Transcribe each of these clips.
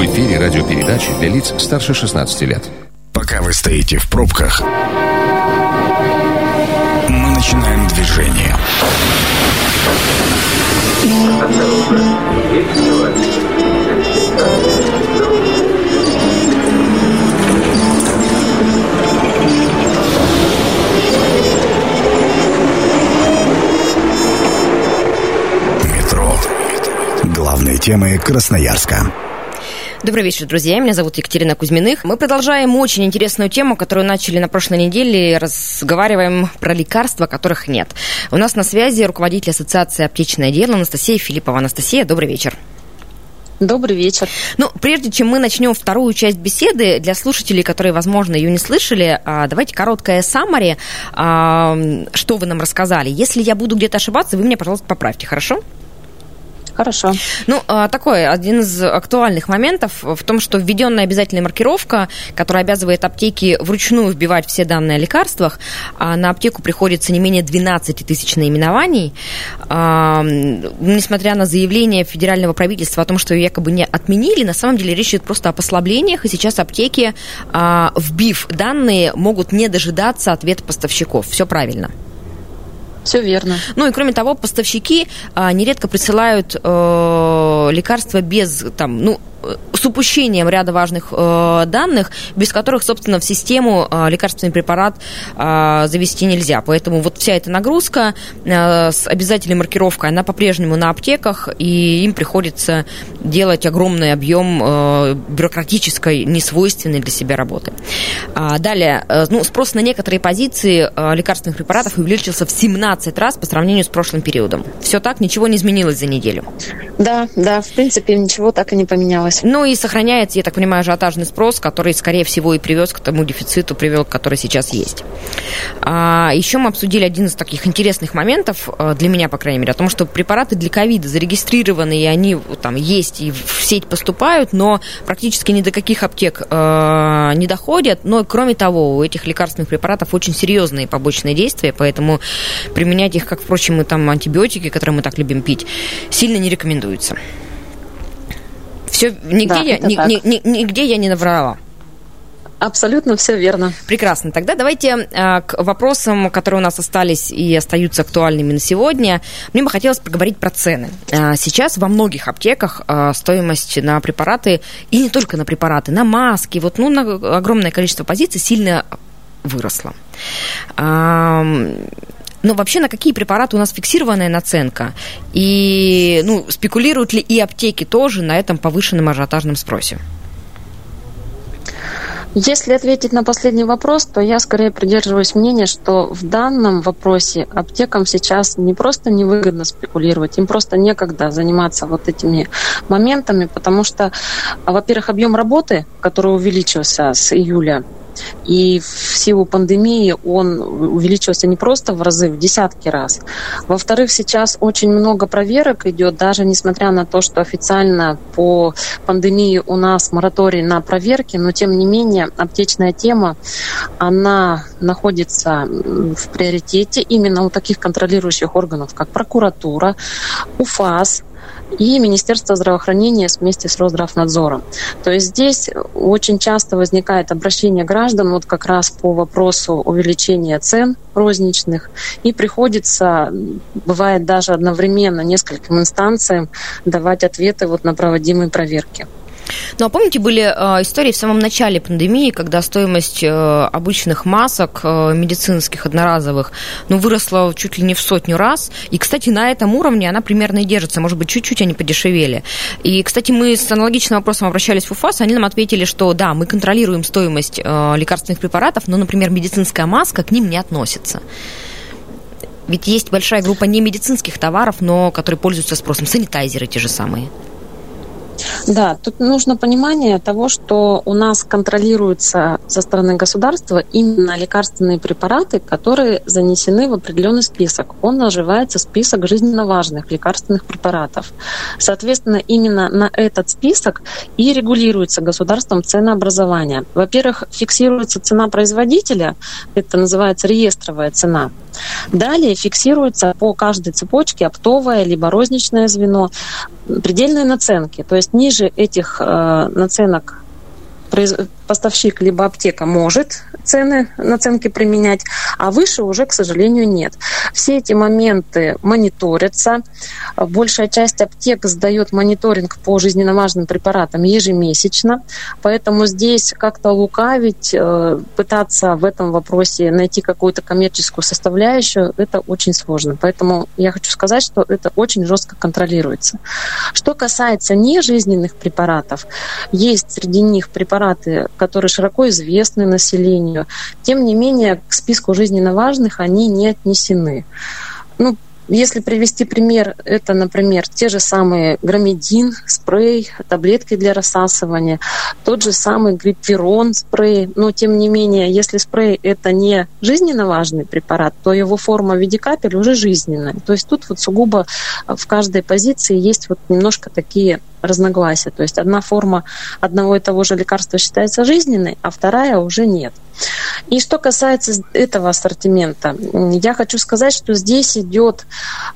В эфире радиопередачи для лиц старше 16 лет. Пока вы стоите в пробках, мы начинаем движение. Метро. Главные темы Красноярска. Добрый вечер, друзья. Меня зовут Екатерина Кузьминых. Мы продолжаем очень интересную тему, которую начали на прошлой неделе. Разговариваем про лекарства, которых нет. У нас на связи руководитель Ассоциации «Аптечное дело» Анастасия Филиппова. Анастасия, добрый вечер. Добрый вечер. Прежде чем мы начнем вторую часть беседы, для слушателей, которые, возможно, ее не слышали, давайте короткое саммари, что вы нам рассказали. Если я буду где-то ошибаться, вы меня, пожалуйста, поправьте, хорошо? Хорошо. Такой один из актуальных моментов в том, что введенная обязательная маркировка, которая обязывает аптеки вручную вбивать все данные о лекарствах, а на аптеку приходится не менее 12 тысяч наименований. Несмотря на заявление федерального правительства о том, что ее якобы не отменили, на самом деле речь идет просто о послаблениях, и сейчас аптеки, вбив данные, могут не дожидаться ответа поставщиков. Все правильно. Все верно. И кроме того, поставщики нередко присылают лекарства без, с упущением ряда важных данных, без которых, собственно, в систему лекарственный препарат завести нельзя. Поэтому вот вся эта нагрузка с обязательной маркировкой, она по-прежнему на аптеках, и им приходится делать огромный объем бюрократической, несвойственной для себя работы. Далее, спрос на некоторые позиции лекарственных препаратов увеличился в 17 раз по сравнению с прошлым периодом. Все так? Ничего не изменилось за неделю? Да, в принципе, ничего так и не поменялось. И сохраняется, я так понимаю, ажиотажный спрос, который, скорее всего, и привез к тому дефициту, который сейчас есть. Еще мы обсудили один из таких интересных моментов, для меня, по крайней мере, о том, что препараты для ковида зарегистрированы, и они там есть, и в сеть поступают, но практически ни до каких аптек не доходят. Но, кроме того, у этих лекарственных препаратов очень серьезные побочные действия, поэтому применять их, как, впрочем, и антибиотики, которые мы так любим пить, сильно не рекомендуется. Все, нигде я не наврала. Абсолютно все верно. Прекрасно. Тогда давайте к вопросам, которые у нас остались и остаются актуальными на сегодня. Мне бы хотелось поговорить про цены. Сейчас во многих аптеках стоимость на препараты, и не только на препараты, на маски, на огромное количество позиций сильно выросла. Но вообще на какие препараты у нас фиксированная наценка? И спекулируют ли и аптеки тоже на этом повышенном ажиотажном спросе? Если ответить на последний вопрос, то я скорее придерживаюсь мнения, что в данном вопросе аптекам сейчас не просто невыгодно спекулировать, им просто некогда заниматься этими моментами, потому что, во-первых, объем работы, который увеличился с июля, и в силу пандемии он увеличился не просто в разы, в десятки раз. Во-вторых, сейчас очень много проверок идет, даже несмотря на то, что официально по пандемии у нас мораторий на проверки, но тем не менее аптечная тема, она находится в приоритете именно у таких контролирующих органов, как прокуратура, УФАС и Министерство здравоохранения вместе с Росздравнадзором. То есть здесь очень часто возникает обращение граждан как раз по вопросу увеличения цен розничных, и приходится, бывает даже одновременно, нескольким инстанциям давать ответы на проводимые проверки. А помните, были истории в самом начале пандемии, когда стоимость обычных масок медицинских одноразовых выросла чуть ли не в 100 раз. И, кстати, на этом уровне она примерно и держится. Может быть, чуть-чуть они подешевели. И, кстати, мы с аналогичным вопросом обращались в УФАС. Они нам ответили, что да, мы контролируем стоимость лекарственных препаратов, но, например, медицинская маска к ним не относится. Ведь есть большая группа немедицинских товаров, но которые пользуются спросом. Санитайзеры те же самые. Да, тут нужно понимание того, что у нас контролируются со стороны государства именно лекарственные препараты, которые занесены в определенный список. Он называется список жизненно важных лекарственных препаратов. Соответственно, именно на этот список и регулируется государством ценообразование. Во-первых, фиксируется цена производителя, это называется реестровая цена. Далее фиксируется по каждой цепочке оптовое либо розничное звено предельные наценки. То есть ниже этих наценок поставщик либо аптека может наценки применять, а выше уже, к сожалению, нет. Все эти моменты мониторятся. Большая часть аптек сдает мониторинг по жизненно важным препаратам ежемесячно, поэтому здесь как-то лукавить, пытаться в этом вопросе найти какую-то коммерческую составляющую, это очень сложно. Поэтому я хочу сказать, что это очень жестко контролируется. Что касается нежизненных препаратов, есть среди них препараты, которые широко известны населению. Тем не менее, к списку жизненно важных они не отнесены. Если привести пример, это, например, те же самые громедин, спрей, таблетки для рассасывания, тот же самый гриппирон спрей. Но, тем не менее, если спрей – это не жизненно важный препарат, то его форма в виде капель уже жизненная. То есть тут сугубо в каждой позиции есть немножко такие разногласия. То есть одна форма одного и того же лекарства считается жизненной, а вторая уже нет. И что касается этого ассортимента, я хочу сказать, что здесь идет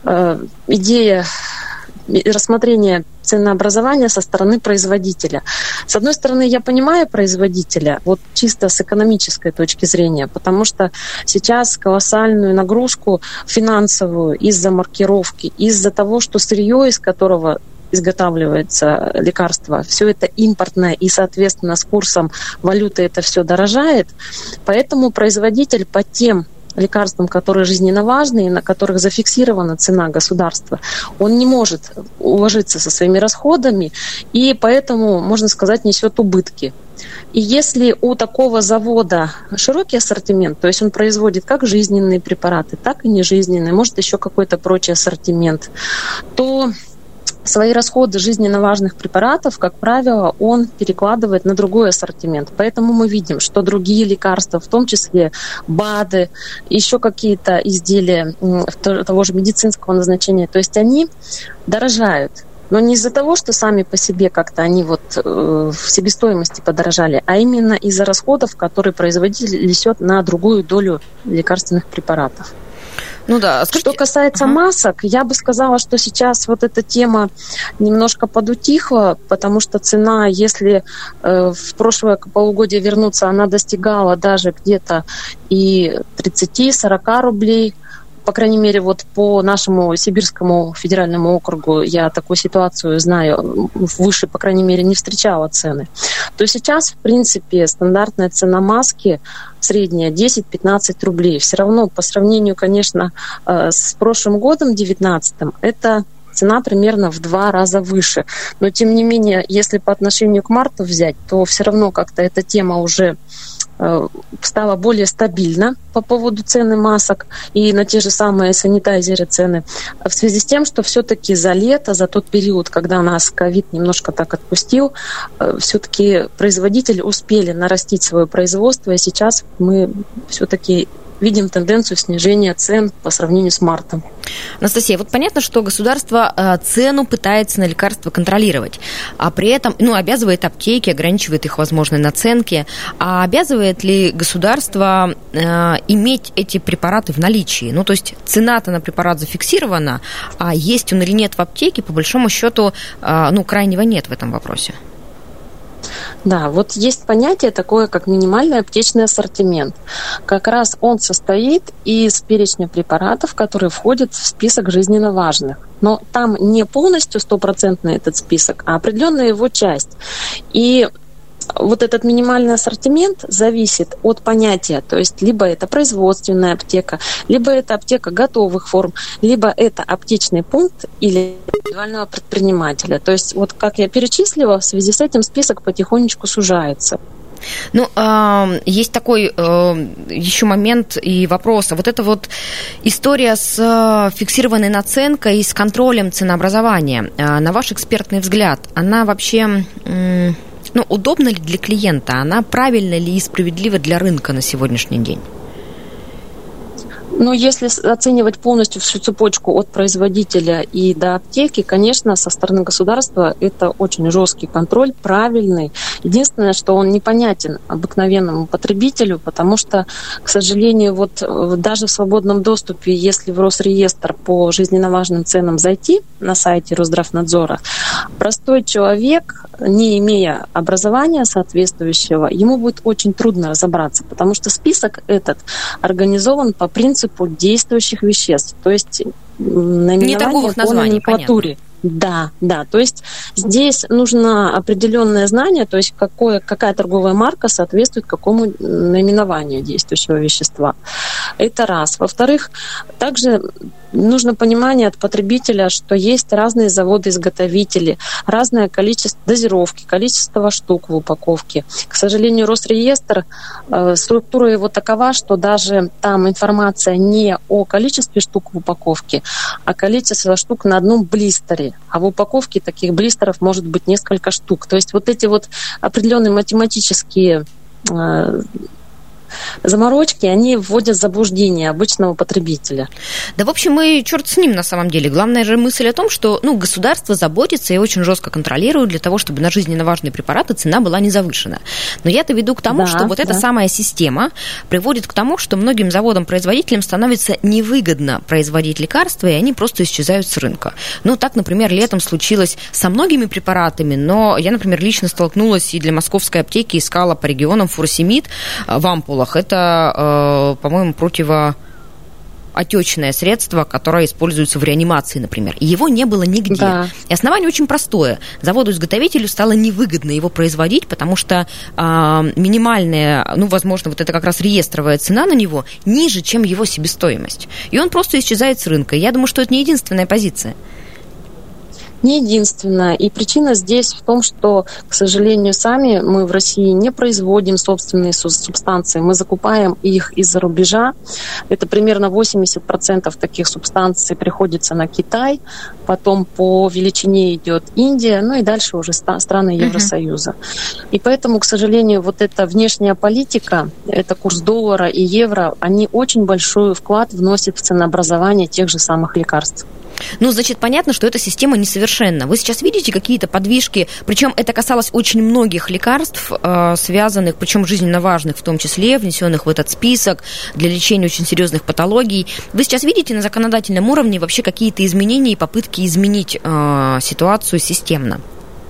идея рассмотрения ценообразования со стороны производителя. С одной стороны, я понимаю производителя, чисто с экономической точки зрения, потому что сейчас колоссальную нагрузку финансовую из-за маркировки, из-за того, что сырье, из которого изготавливается лекарство, все это импортное, и, соответственно, с курсом валюты это все дорожает. Поэтому производитель по тем лекарствам, которые жизненно важны, и на которых зафиксирована цена государства, он не может уложиться со своими расходами, и поэтому, можно сказать, несет убытки. И если у такого завода широкий ассортимент, то есть он производит как жизненные препараты, так и нежизненные, может еще какой-то прочий ассортимент, то свои расходы жизненно важных препаратов, как правило, он перекладывает на другой ассортимент. Поэтому мы видим, что другие лекарства, в том числе БАДы, еще какие-то изделия того же медицинского назначения, то есть они дорожают. Но не из-за того, что сами по себе как-то они в себестоимости подорожали, а именно из-за расходов, которые производитель несет на другую долю лекарственных препаратов. Что касается масок, я бы сказала, что сейчас эта тема немножко подутихла, потому что цена, если в прошлое полугодие вернуться, она достигала даже где-то и 30-40 рублей. По крайней мере, по нашему Сибирскому федеральному округу я такую ситуацию знаю, выше, по крайней мере, не встречала цены. То сейчас, в принципе, стандартная цена маски средняя 10-15 рублей. Все равно по сравнению, конечно, с прошлым годом, 2019, это цена примерно в 2 раза выше. Но, тем не менее, если по отношению к марту взять, то все равно как-то эта тема уже стала более стабильна по поводу цены масок и на те же самые санитайзеры цены. В связи с тем, что все-таки за лето, за тот период, когда нас ковид немножко так отпустил, все-таки производители успели нарастить свое производство, и сейчас мы все-таки видим тенденцию снижения цен по сравнению с мартом. Анастасия, понятно, что государство цену пытается на лекарства контролировать, а при этом обязывает аптеки, ограничивает их возможные наценки. А обязывает ли государство иметь эти препараты в наличии? То есть цена-то на препарат зафиксирована, а есть он или нет в аптеке, по большому счету, крайнего нет в этом вопросе. Да, есть понятие такое, как минимальный аптечный ассортимент. Как раз он состоит из перечня препаратов, которые входят в список жизненно важных. Но там не полностью 100% этот список, а определенная его часть. И этот минимальный ассортимент зависит от понятия, то есть либо это производственная аптека, либо это аптека готовых форм, либо это аптечный пункт или индивидуального предпринимателя. То есть как я перечислила, в связи с этим список потихонечку сужается. Есть такой еще момент и вопрос. Эта история с фиксированной наценкой и с контролем ценообразования, на ваш экспертный взгляд, она вообще удобна ли для клиента? Она правильна ли и справедлива для рынка на сегодняшний день? Если оценивать полностью всю цепочку от производителя и до аптеки, конечно, со стороны государства это очень жесткий контроль, правильный. Единственное, что он непонятен обыкновенному потребителю, потому что, к сожалению, вот даже в свободном доступе, если в Росреестр по жизненно важным ценам зайти на сайте Росздравнадзора, простой человек, не имея образования соответствующего, ему будет очень трудно разобраться, потому что список этот организован по принципу действующих веществ, то есть наименование по номенклатуре. Да. То есть здесь нужно определенное знание, то есть какая торговая марка соответствует какому наименованию действующего вещества. Это раз. Во-вторых, также нужно понимание от потребителя, что есть разные заводы-изготовители, разное количество дозировки, количество штук в упаковке. К сожалению, Росреестр, структура его такова, что даже там информация не о количестве штук в упаковке, а количество штук на одном блистере. А в упаковке таких блистеров может быть несколько штук. То есть вот эти вот определенные математические заморочки, они вводят в заблуждение обычного потребителя. Да, в общем, мы черт с ним на самом деле. Главная же мысль о том, что государство заботится и очень жестко контролирует для того, чтобы на жизненно важные препараты цена была не завышена. Но я-то веду к тому, что вот эта самая система приводит к тому, что многим заводам-производителям становится невыгодно производить лекарства, и они просто исчезают с рынка. Так, например, летом случилось со многими препаратами, но я, например, лично столкнулась и для московской аптеки искала по регионам фуросемид в ампулах. Это, по-моему, противоотечное средство, которое используется в реанимации, например. И его не было нигде. Да. И основание очень простое. Заводу-изготовителю стало невыгодно его производить, потому что минимальная, возможно, вот это как раз реестровая цена на него ниже, чем его себестоимость. И он просто исчезает с рынка. И я думаю, что это не единственная позиция. Не единственное. И причина здесь в том, что, к сожалению, сами мы в России не производим собственные субстанции. Мы закупаем их из-за рубежа. Это примерно 80% таких субстанций приходится на Китай. Потом по величине идет Индия, и дальше уже страны Евросоюза. И поэтому, к сожалению, вот эта внешняя политика, это курс доллара и евро, они очень большой вклад вносят в ценообразование тех же самых лекарств. Значит, понятно, что эта система несовершенна. Вы сейчас видите какие-то подвижки, причем это касалось очень многих лекарств, связанных, причем жизненно важных, в том числе, внесенных в этот список для лечения очень серьезных патологий. Вы сейчас видите на законодательном уровне вообще какие-то изменения и попытки изменить ситуацию системно?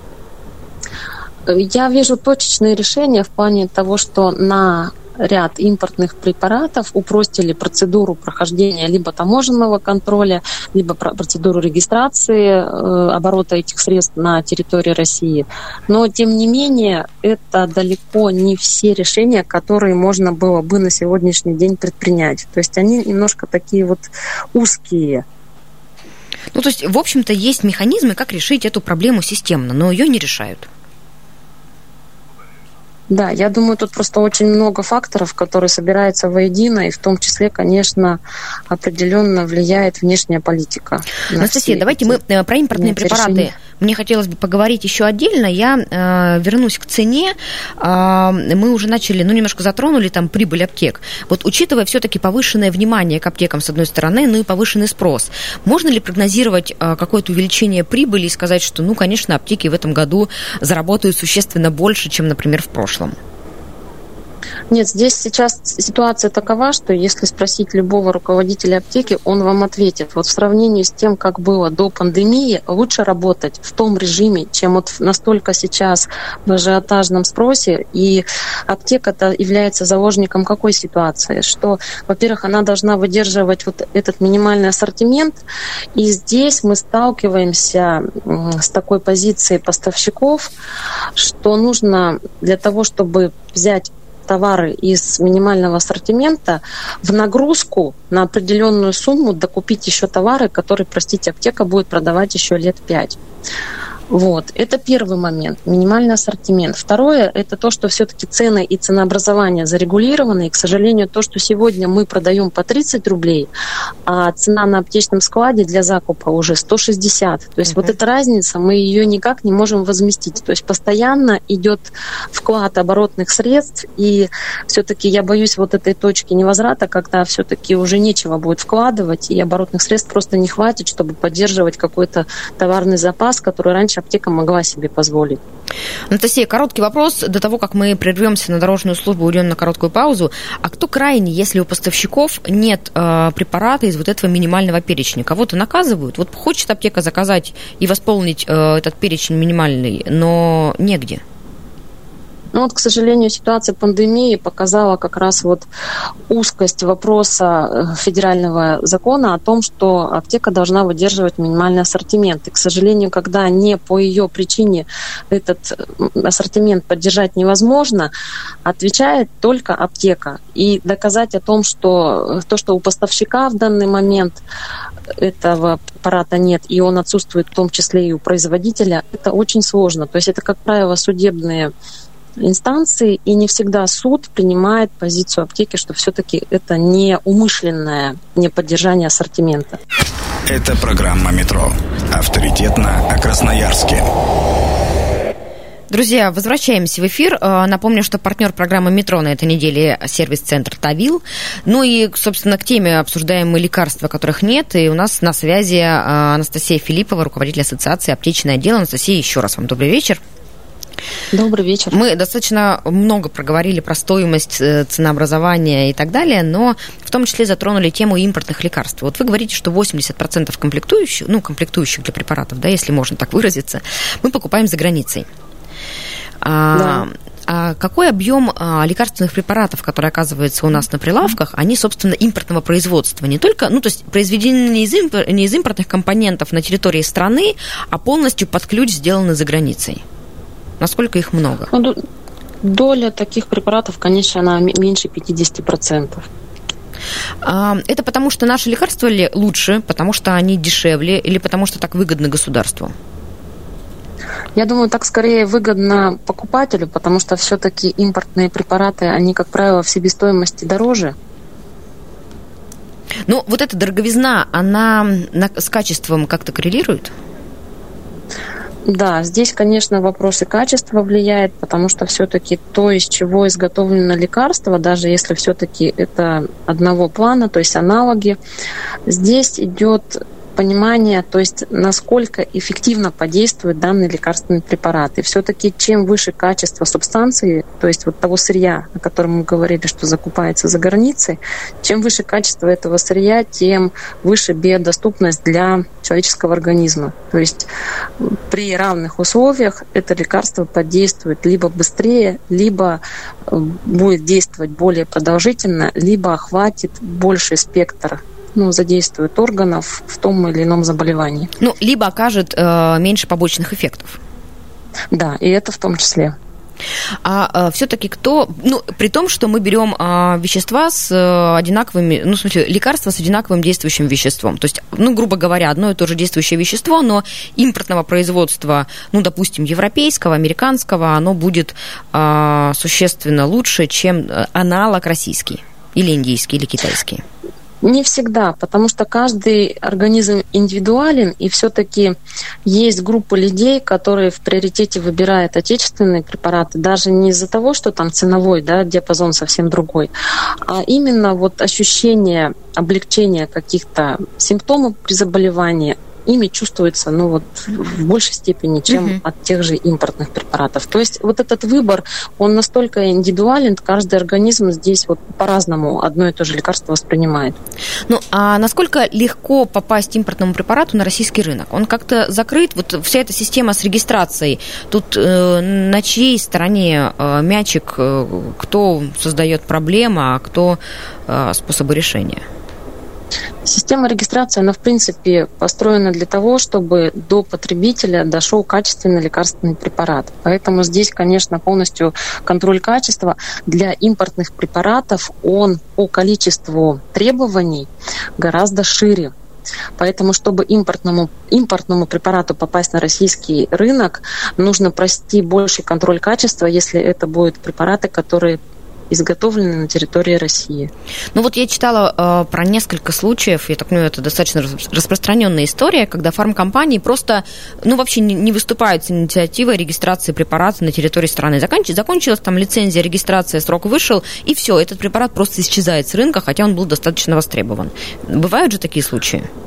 Я вижу точечные решения в плане того, что на ряд импортных препаратов упростили процедуру прохождения либо таможенного контроля, либо процедуру регистрации оборота этих средств на территории России. Но, тем не менее, это далеко не все решения, которые можно было бы на сегодняшний день предпринять. То есть они немножко такие вот узкие. То есть, в общем-то, есть механизмы, как решить эту проблему системно, но ее не решают. Да, я думаю, тут просто очень много факторов, которые собираются воедино, и в том числе, конечно, определенно влияет внешняя политика. Анастасия, давайте мы про импортные препараты. Решения. Мне хотелось бы поговорить еще отдельно. Я вернусь к цене. Мы уже начали, немножко затронули там прибыль аптек. Вот учитывая все-таки повышенное внимание к аптекам, с одной стороны, и повышенный спрос, можно ли прогнозировать какое-то увеличение прибыли и сказать, что, конечно, аптеки в этом году заработают существенно больше, чем, например, в прошлом? Нет, здесь сейчас ситуация такова, что если спросить любого руководителя аптеки, он вам ответит. Вот в сравнении с тем, как было до пандемии, лучше работать в том режиме, чем вот настолько сейчас в ажиотажном спросе. И аптека-то является заложником какой ситуации? Что, во-первых, она должна выдерживать вот этот минимальный ассортимент. И здесь мы сталкиваемся с такой позицией поставщиков, что нужно для того, чтобы взять товары из минимального ассортимента, в нагрузку на определенную сумму докупить еще товары, которые, аптека будет продавать еще лет 5. Вот. Это первый момент, минимальный ассортимент. Второе, это то, что все-таки цены и ценообразование зарегулированы. И, к сожалению, то, что сегодня мы продаем по 30 рублей, а цена на аптечном складе для закупа уже 160. То есть вот эта разница, мы ее никак не можем возместить. То есть постоянно идет вклад оборотных средств, и все-таки я боюсь вот этой точки невозврата, когда все-таки уже нечего будет вкладывать, и оборотных средств просто не хватит, чтобы поддерживать какой-то товарный запас, который раньше аптека могла себе позволить. Анастасия, короткий вопрос до того, как мы прервемся на дорожную службу, уйдем на короткую паузу. А кто крайний, если у поставщиков нет препарата из вот этого минимального перечня? Кого-то наказывают? Вот хочет аптека заказать и восполнить этот перечень минимальный, но негде. Ну вот, к сожалению, ситуация пандемии показала как раз вот узкость вопроса федерального закона о том, что аптека должна выдерживать минимальный ассортимент. И, к сожалению, когда не по ее причине этот ассортимент поддержать невозможно, отвечает только аптека. И доказать о том, что то, что у поставщика в данный момент этого препарата нет, и он отсутствует в том числе и у производителя, это очень сложно. То есть это, как правило, судебные инстанции, и не всегда суд принимает позицию аптеки, что все-таки это не умышленное неподдержание ассортимента. Это программа «Метро». Авторитетно о Красноярске. Друзья, возвращаемся в эфир. Напомню, что партнер программы «Метро» на этой неделе сервис-центр «Тавил». Ну и, собственно, к теме обсуждаем мы лекарства, которых нет. И у нас на связи Анастасия Филиппова, руководитель ассоциации «Аптечное отдел». Анастасия, еще раз вам добрый вечер. Добрый вечер. Мы достаточно много проговорили про стоимость, ценообразования и так далее, но в том числе затронули тему импортных лекарств. Вот вы говорите, что 80% комплектующих для препаратов, да, если можно так выразиться, мы покупаем за границей. Да. А какой объем лекарственных препаратов, которые оказываются у нас на прилавках, они, собственно, импортного производства? Не только, то есть произведены не из импортных компонентов на территории страны, а полностью под ключ сделаны за границей. Насколько их много? Доля таких препаратов, конечно, она меньше 50%. Это потому, что наши лекарства лучше, потому что они дешевле, или потому что так выгодно государству? Я думаю, так скорее выгодно покупателю, потому что все-таки импортные препараты, они, как правило, в себестоимости дороже. Ну, вот эта дороговизна, она с качеством как-то коррелирует? Да, здесь, конечно, вопросы качества влияет, потому что все-таки то, из чего изготовлено лекарство, даже если все-таки это одного плана, то есть аналоги, здесь идет понимание, то есть насколько эффективно подействует данный лекарственный препарат. И все-таки чем выше качество субстанции, то есть вот того сырья, о котором мы говорили, что закупается за границей, чем выше качество этого сырья, тем выше биодоступность для человеческого организма. То есть при равных условиях это лекарство подействует либо быстрее, либо будет действовать более продолжительно, либо охватит больший спектр, задействует органов в том или ином заболевании. Либо окажет меньше побочных эффектов. Да, и это в том числе. А все-таки при том, что мы берем вещества с одинаковыми, лекарства с одинаковым действующим веществом. То есть, грубо говоря, одно и то же действующее вещество, но импортного производства, допустим, европейского, американского, оно будет существенно лучше, чем аналог российский, или индийский, или китайский. Не всегда, потому что каждый организм индивидуален, и все-таки есть группа людей, которые в приоритете выбирают отечественные препараты, даже не из-за того, что там ценовой, диапазон совсем другой, а именно ощущение облегчения каких-то симптомов при заболевании ими чувствуется в большей степени, чем от тех же импортных препаратов. То есть вот этот выбор, он настолько индивидуален, каждый организм здесь по-разному одно и то же лекарство воспринимает. А насколько легко попасть импортному препарату на российский рынок? Он как-то закрыт? Вот вся эта система с регистрацией, тут на чьей стороне мячик, кто создает проблемы, а кто способы решения? Система регистрации, она в принципе построена для того, чтобы до потребителя дошел качественный лекарственный препарат. Поэтому здесь, конечно, полностью контроль качества. Для импортных препаратов он по количеству требований гораздо шире. Поэтому, чтобы импортному препарату попасть на российский рынок, нужно пройти больший контроль качества, если это будут препараты, которые изготовлены на территории России. Я читала про несколько случаев, я так понимаю, это достаточно распространенная история, когда фармкомпании просто, вообще не выступают с инициативой регистрации препарата на территории страны. Закончилась там лицензия, регистрация, срок вышел, и все, этот препарат просто исчезает с рынка, хотя он был достаточно востребован. Бывают же такие случаи?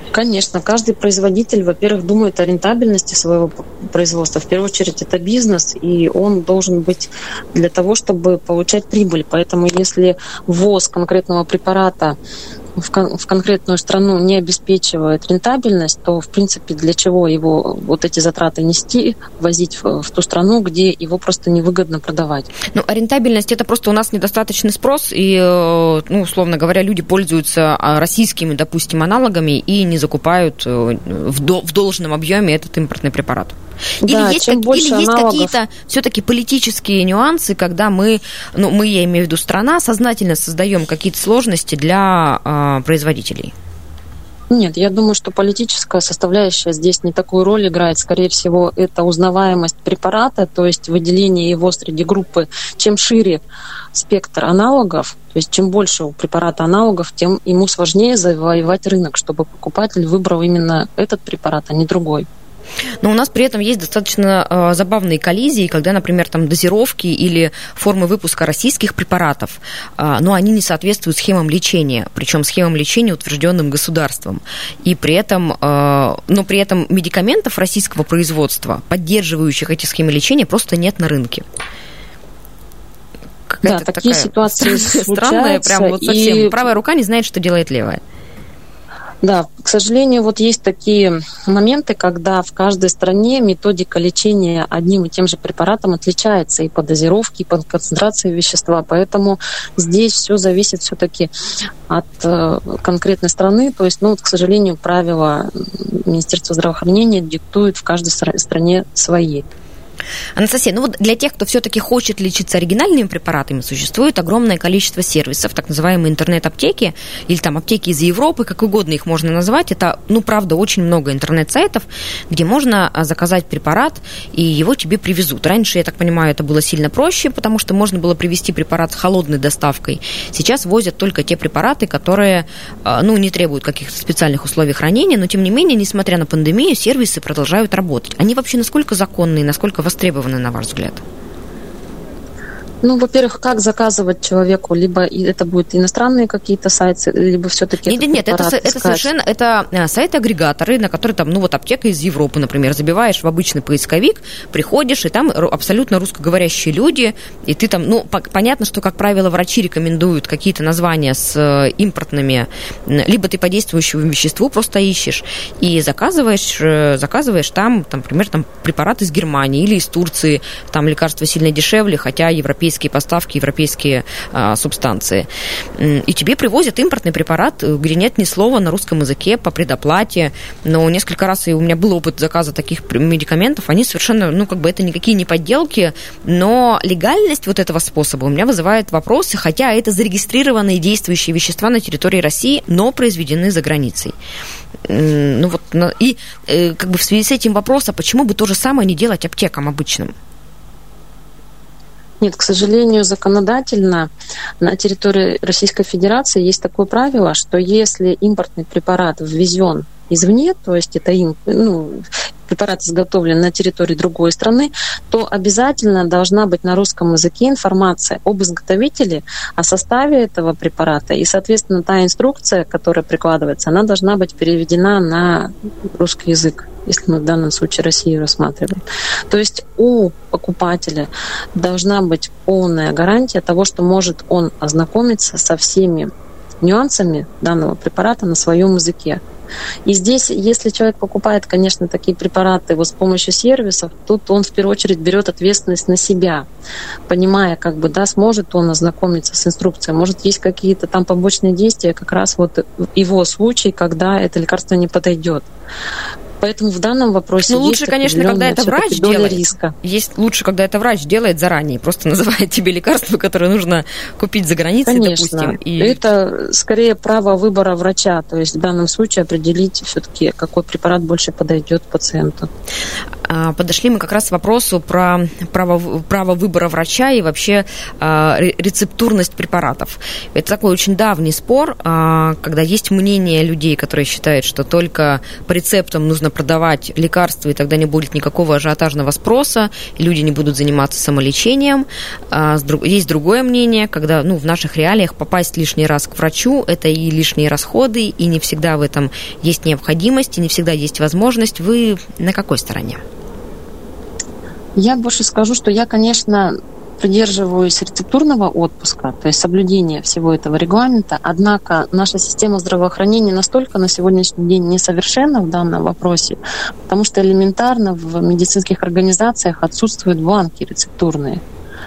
Конечно, каждый производитель, во-первых, думает о рентабельности своего производства. В первую очередь это бизнес, и он должен быть для того, чтобы получать прибыль. Поэтому если ввоз конкретного препарата в конкретную страну не обеспечивает рентабельность, то, в принципе, для чего его вот эти затраты нести, возить в ту страну, где его просто невыгодно продавать? Ну, а рентабельность – это просто у нас недостаточный спрос, и, ну, условно говоря, люди пользуются российскими, допустим, аналогами и не закупают в должном объеме этот импортный препарат. Да, есть какие-то все-таки политические нюансы, когда мы, я имею в виду страна, сознательно создаем какие-то сложности для производителей? Нет, я думаю, что политическая составляющая здесь не такую роль играет. Скорее всего, это узнаваемость препарата, то есть выделение его среди группы. Чем шире спектр аналогов, то есть чем больше у препарата аналогов, тем ему сложнее завоевать рынок, чтобы покупатель выбрал именно этот препарат, а не другой. Но у нас при этом есть достаточно забавные коллизии, когда, например, там дозировки или формы выпуска российских препаратов, но они не соответствуют схемам лечения, причем схемам лечения, утвержденным государством. И при этом, медикаментов российского производства, поддерживающих эти схемы лечения, просто нет на рынке. Какая-то такие ситуации странная, прям вот совсем. Правая рука не знает, что делает левая. Да, к сожалению, вот есть такие моменты, когда в каждой стране методика лечения одним и тем же препаратом отличается и по дозировке, и по концентрации вещества. Поэтому здесь все зависит все-таки от конкретной страны. То есть, к сожалению, правила Министерства здравоохранения диктуют в каждой стране свои. Анастасия, для тех, кто все-таки хочет лечиться оригинальными препаратами, существует огромное количество сервисов, так называемые интернет-аптеки, или там аптеки из Европы, как угодно их можно назвать. Это, правда, очень много интернет-сайтов, где можно заказать препарат, и его тебе привезут. Раньше, я так понимаю, это было сильно проще, потому что можно было привезти препарат с холодной доставкой. Сейчас возят только те препараты, которые, не требуют каких-то специальных условий хранения, но, тем не менее, несмотря на пандемию, сервисы продолжают работать. Они вообще насколько законные, насколько востребованы, на ваш взгляд? Во-первых, как заказывать человеку? Либо это будут иностранные какие-то сайты, либо все-таки... Нет, это совершенно... Это сайты-агрегаторы, на которые там, аптека из Европы, например, забиваешь в обычный поисковик, приходишь, и там абсолютно русскоговорящие люди, и ты там... понятно, что, как правило, врачи рекомендуют какие-то названия с импортными, либо ты по действующему веществу просто ищешь, и заказываешь там, например, препарат из Германии или из Турции, там лекарства сильно дешевле, хотя европейские поставки, европейские субстанции. И тебе привозят импортный препарат, где нет ни слова на русском языке по предоплате. Но несколько раз у меня был опыт заказа таких медикаментов. Они совершенно, это никакие не подделки, но легальность вот этого способа у меня вызывает вопросы, хотя это зарегистрированные действующие вещества на территории России, но произведены за границей. И в связи с этим вопрос, а почему бы то же самое не делать аптекам обычным? Нет, к сожалению, законодательно на территории Российской Федерации есть такое правило, что если импортный препарат ввезен извне, то есть это препарат изготовлен на территории другой страны, то обязательно должна быть на русском языке информация об изготовителе, о составе этого препарата, и, соответственно, та инструкция, которая прикладывается, она должна быть переведена на русский язык, если мы в данном случае Россию рассматриваем. То есть у покупателя должна быть полная гарантия того, что может он ознакомиться со всеми нюансами данного препарата на своем языке. И здесь, если человек покупает, конечно, такие препараты с помощью сервисов, тут он в первую очередь берет ответственность на себя, понимая, сможет он ознакомиться с инструкцией, может, есть какие-то там побочные действия, как раз его случай, когда это лекарство не подойдет. Поэтому в данном вопросе лучше, конечно, когда это врач делает. Риска. Лучше, когда это врач делает заранее, просто называет тебе лекарство, которое нужно купить за границей, конечно. Допустим. Это скорее право выбора врача, то есть в данном случае определить все-таки, какой препарат больше подойдет пациенту. подошли мы как раз к вопросу про право выбора врача и вообще рецептурность препаратов. Это такой очень давний спор, когда есть мнение людей, которые считают, что только по рецептам нужно продавать лекарства, и тогда не будет никакого ажиотажного спроса, и люди не будут заниматься самолечением. Есть другое мнение, когда в наших реалиях попасть лишний раз к врачу – это и лишние расходы, и не всегда в этом есть необходимость, и не всегда есть возможность. Вы на какой стороне? Я больше скажу, что я, конечно, придерживаюсь рецептурного отпуска, то есть соблюдения всего этого регламента, однако наша система здравоохранения настолько на сегодняшний день несовершенна в данном вопросе, потому что элементарно в медицинских организациях отсутствуют бланки рецептурные.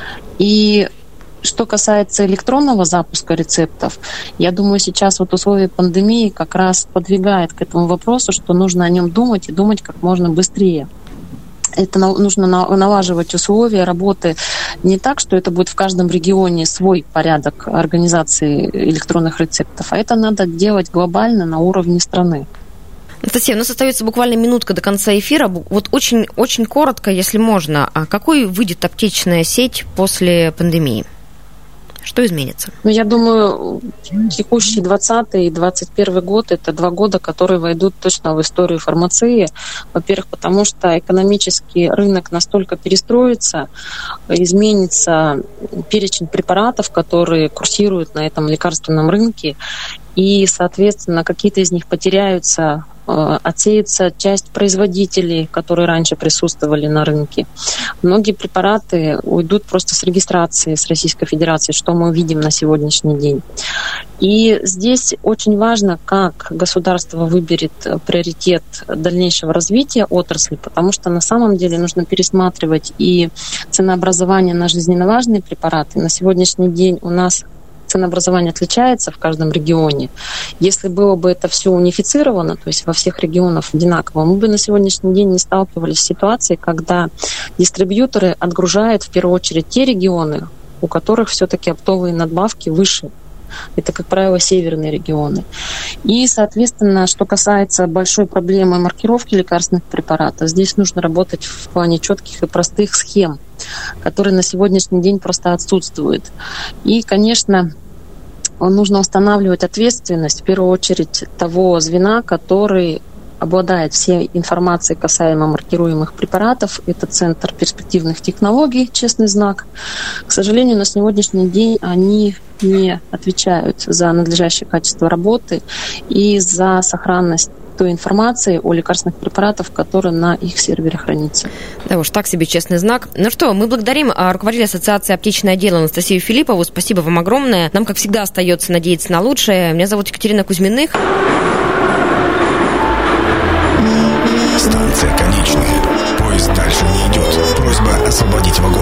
И что касается электронного запуска рецептов, я думаю, сейчас условия пандемии как раз подвигает к этому вопросу, что нужно о нем думать и думать как можно быстрее. Это нужно налаживать условия работы не так, что это будет в каждом регионе свой порядок организации электронных рецептов, а это надо делать глобально на уровне страны. Анастасия, у нас остается буквально минутка до конца эфира. Вот очень, очень коротко, если можно, какой выйдет аптечная сеть после пандемии? Что изменится? Я думаю, текущий 2020 и 2021 год – это 2 года, которые войдут точно в историю фармации. Во-первых, потому что экономический рынок настолько перестроится, изменится перечень препаратов, которые курсируют на этом лекарственном рынке, и, соответственно, какие-то из них потеряются, отсеется часть производителей, которые раньше присутствовали на рынке. Многие препараты уйдут просто с регистрации с Российской Федерации, что мы видим на сегодняшний день. И здесь очень важно, как государство выберет приоритет дальнейшего развития отрасли, потому что на самом деле нужно пересматривать и ценообразование на жизненно важные препараты. На сегодняшний день у нас ценообразование отличается в каждом регионе. Если было бы это все унифицировано, то есть во всех регионах одинаково, мы бы на сегодняшний день не сталкивались с ситуацией, когда дистрибьюторы отгружают в первую очередь те регионы, у которых все-таки оптовые надбавки выше. Это, как правило, северные регионы. И, соответственно, что касается большой проблемы маркировки лекарственных препаратов, здесь нужно работать в плане четких и простых схем, которые на сегодняшний день просто отсутствуют. И, конечно, нужно устанавливать ответственность, в первую очередь, того звена, который обладает всей информацией касаемо маркируемых препаратов. Это Центр перспективных технологий, честный знак. К сожалению, на сегодняшний день они не отвечают за надлежащее качество работы и за сохранность той информации о лекарственных препаратах, которая на их сервере хранится. Да уж, так себе честный знак. Ну что, мы благодарим руководителя Ассоциации «Аптечное дело» Анастасию Филиппову. Спасибо вам огромное. Нам, как всегда, остается надеяться на лучшее. Меня зовут Екатерина Кузьминых. Станция конечная. Поезд дальше не идет. Просьба освободить вагон.